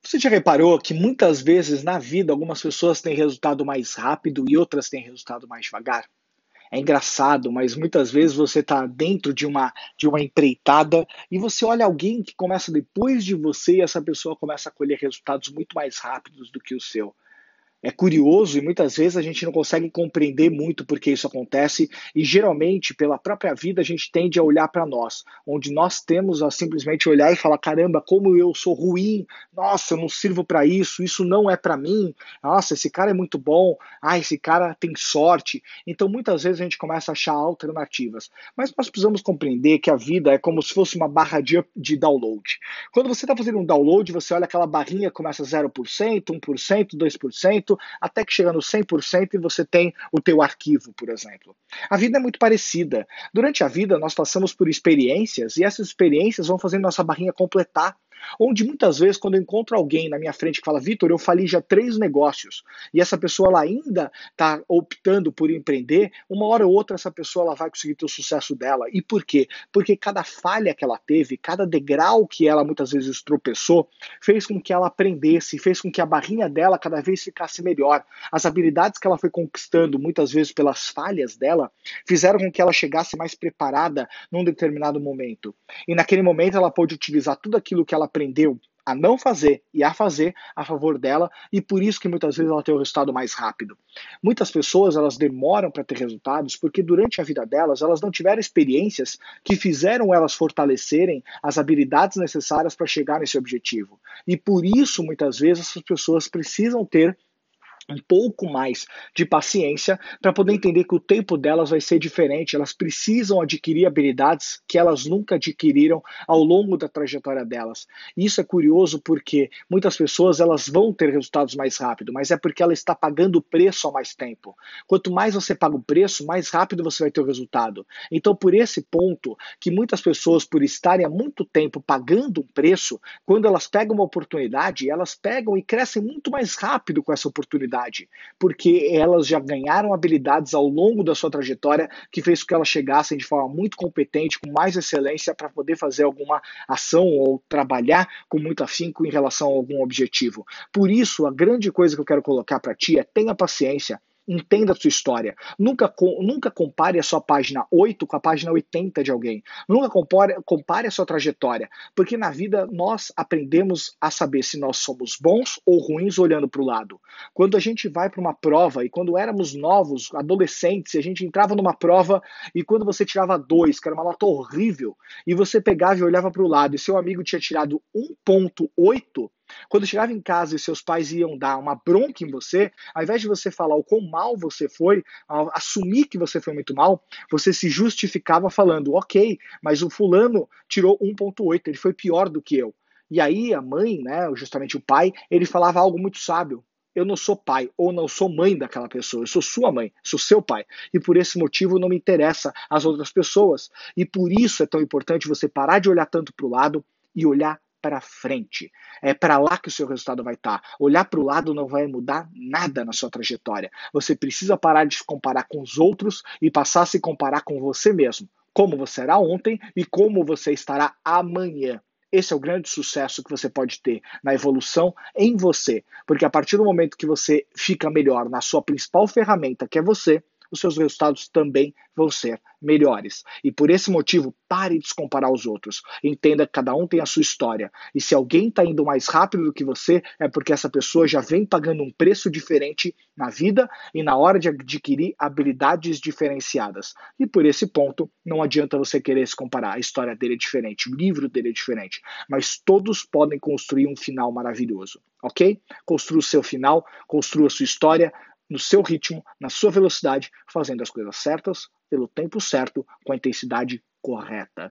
Você já reparou que muitas vezes na vida algumas pessoas têm resultado mais rápido e outras têm resultado mais devagar? É engraçado, mas muitas vezes você está dentro de uma empreitada e você olha alguém que começa depois de você e essa pessoa começa a colher resultados muito mais rápidos do que o seu. É curioso e muitas vezes a gente não consegue compreender muito por que isso acontece e geralmente pela própria vida a gente tende a olhar para nós, onde nós temos a simplesmente olhar e falar: caramba, como eu sou ruim, nossa, eu não sirvo para isso, isso não é para mim, nossa, esse cara é muito bom, esse cara tem sorte. Então muitas vezes a gente começa a achar alternativas, mas nós precisamos compreender que a vida é como se fosse uma barra de download. Quando você está fazendo um download, você olha aquela barrinha, começa 0%, 1%, 2%, até que chega no 100% e você tem o teu arquivo, por exemplo. A vida é muito parecida. Durante a vida, nós passamos por experiências e essas experiências vão fazendo nossa barrinha completar. Onde muitas vezes, quando eu encontro alguém na minha frente que fala: Vitor, eu falei já 3 negócios, e essa pessoa ela ainda está optando por empreender, uma hora ou outra essa pessoa ela vai conseguir ter o sucesso dela. E por quê? Porque cada falha que ela teve, cada degrau que ela muitas vezes tropeçou, fez com que ela aprendesse, fez com que a barrinha dela cada vez ficasse melhor. As habilidades que ela foi conquistando, muitas vezes pelas falhas dela, fizeram com que ela chegasse mais preparada num determinado momento. E naquele momento ela pôde utilizar tudo aquilo que ela aprendeu a não fazer e a fazer a favor dela, e por isso que muitas vezes ela tem o resultado mais rápido. Muitas pessoas elas demoram para ter resultados porque durante a vida delas elas não tiveram experiências que fizeram elas fortalecerem as habilidades necessárias para chegar nesse objetivo. E por isso muitas vezes essas pessoas precisam ter um pouco mais de paciência para poder entender que o tempo delas vai ser diferente. Elas precisam adquirir habilidades que elas nunca adquiriram ao longo da trajetória delas. E isso é curioso porque muitas pessoas elas vão ter resultados mais rápido, mas é porque ela está pagando o preço há mais tempo. Quanto mais você paga o preço, mais rápido você vai ter o resultado. Então, por esse ponto, que muitas pessoas, por estarem há muito tempo pagando um preço, quando elas pegam uma oportunidade, elas pegam e crescem muito mais rápido com essa oportunidade, porque elas já ganharam habilidades ao longo da sua trajetória que fez com que elas chegassem de forma muito competente, com mais excelência para poder fazer alguma ação ou trabalhar com muito afinco em relação a algum objetivo. Por isso, a grande coisa que eu quero colocar para ti é: tenha paciência. Entenda a sua história. Nunca compare a sua página 8 com a página 80 de alguém. Nunca compare a sua trajetória. Porque na vida nós aprendemos a saber se nós somos bons ou ruins olhando para o lado. Quando a gente vai para uma prova, e quando éramos novos, adolescentes, e a gente entrava numa prova, e quando você tirava 2, que era uma nota horrível, e você pegava e olhava para o lado, e seu amigo tinha tirado 1,8, quando chegava em casa e seus pais iam dar uma bronca em você, ao invés de você falar o quão mal você foi, assumir que você foi muito mal, você se justificava falando: ok, mas o fulano tirou 1,8, ele foi pior do que eu. E aí a mãe, né, justamente o pai, ele falava algo muito sábio: eu não sou pai ou não sou mãe daquela pessoa, eu sou sua mãe, sou seu pai. E por esse motivo não me interessa as outras pessoas. E por isso é tão importante você parar de olhar tanto para o lado e olhar para frente. É para lá que o seu resultado vai estar. Olhar para o lado não vai mudar nada na sua trajetória. Você precisa parar de se comparar com os outros e passar a se comparar com você mesmo. Como você era ontem e como você estará amanhã. Esse é o grande sucesso que você pode ter na evolução em você. Porque a partir do momento que você fica melhor na sua principal ferramenta, que é você, os seus resultados também vão ser melhores. E por esse motivo, pare de se comparar aos outros. Entenda que cada um tem a sua história. E se alguém está indo mais rápido do que você, é porque essa pessoa já vem pagando um preço diferente na vida e na hora de adquirir habilidades diferenciadas. E por esse ponto, não adianta você querer se comparar. A história dele é diferente, o livro dele é diferente. Mas todos podem construir um final maravilhoso. Ok? Construa o seu final, construa a sua história, no seu ritmo, na sua velocidade, fazendo as coisas certas, pelo tempo certo, com a intensidade correta.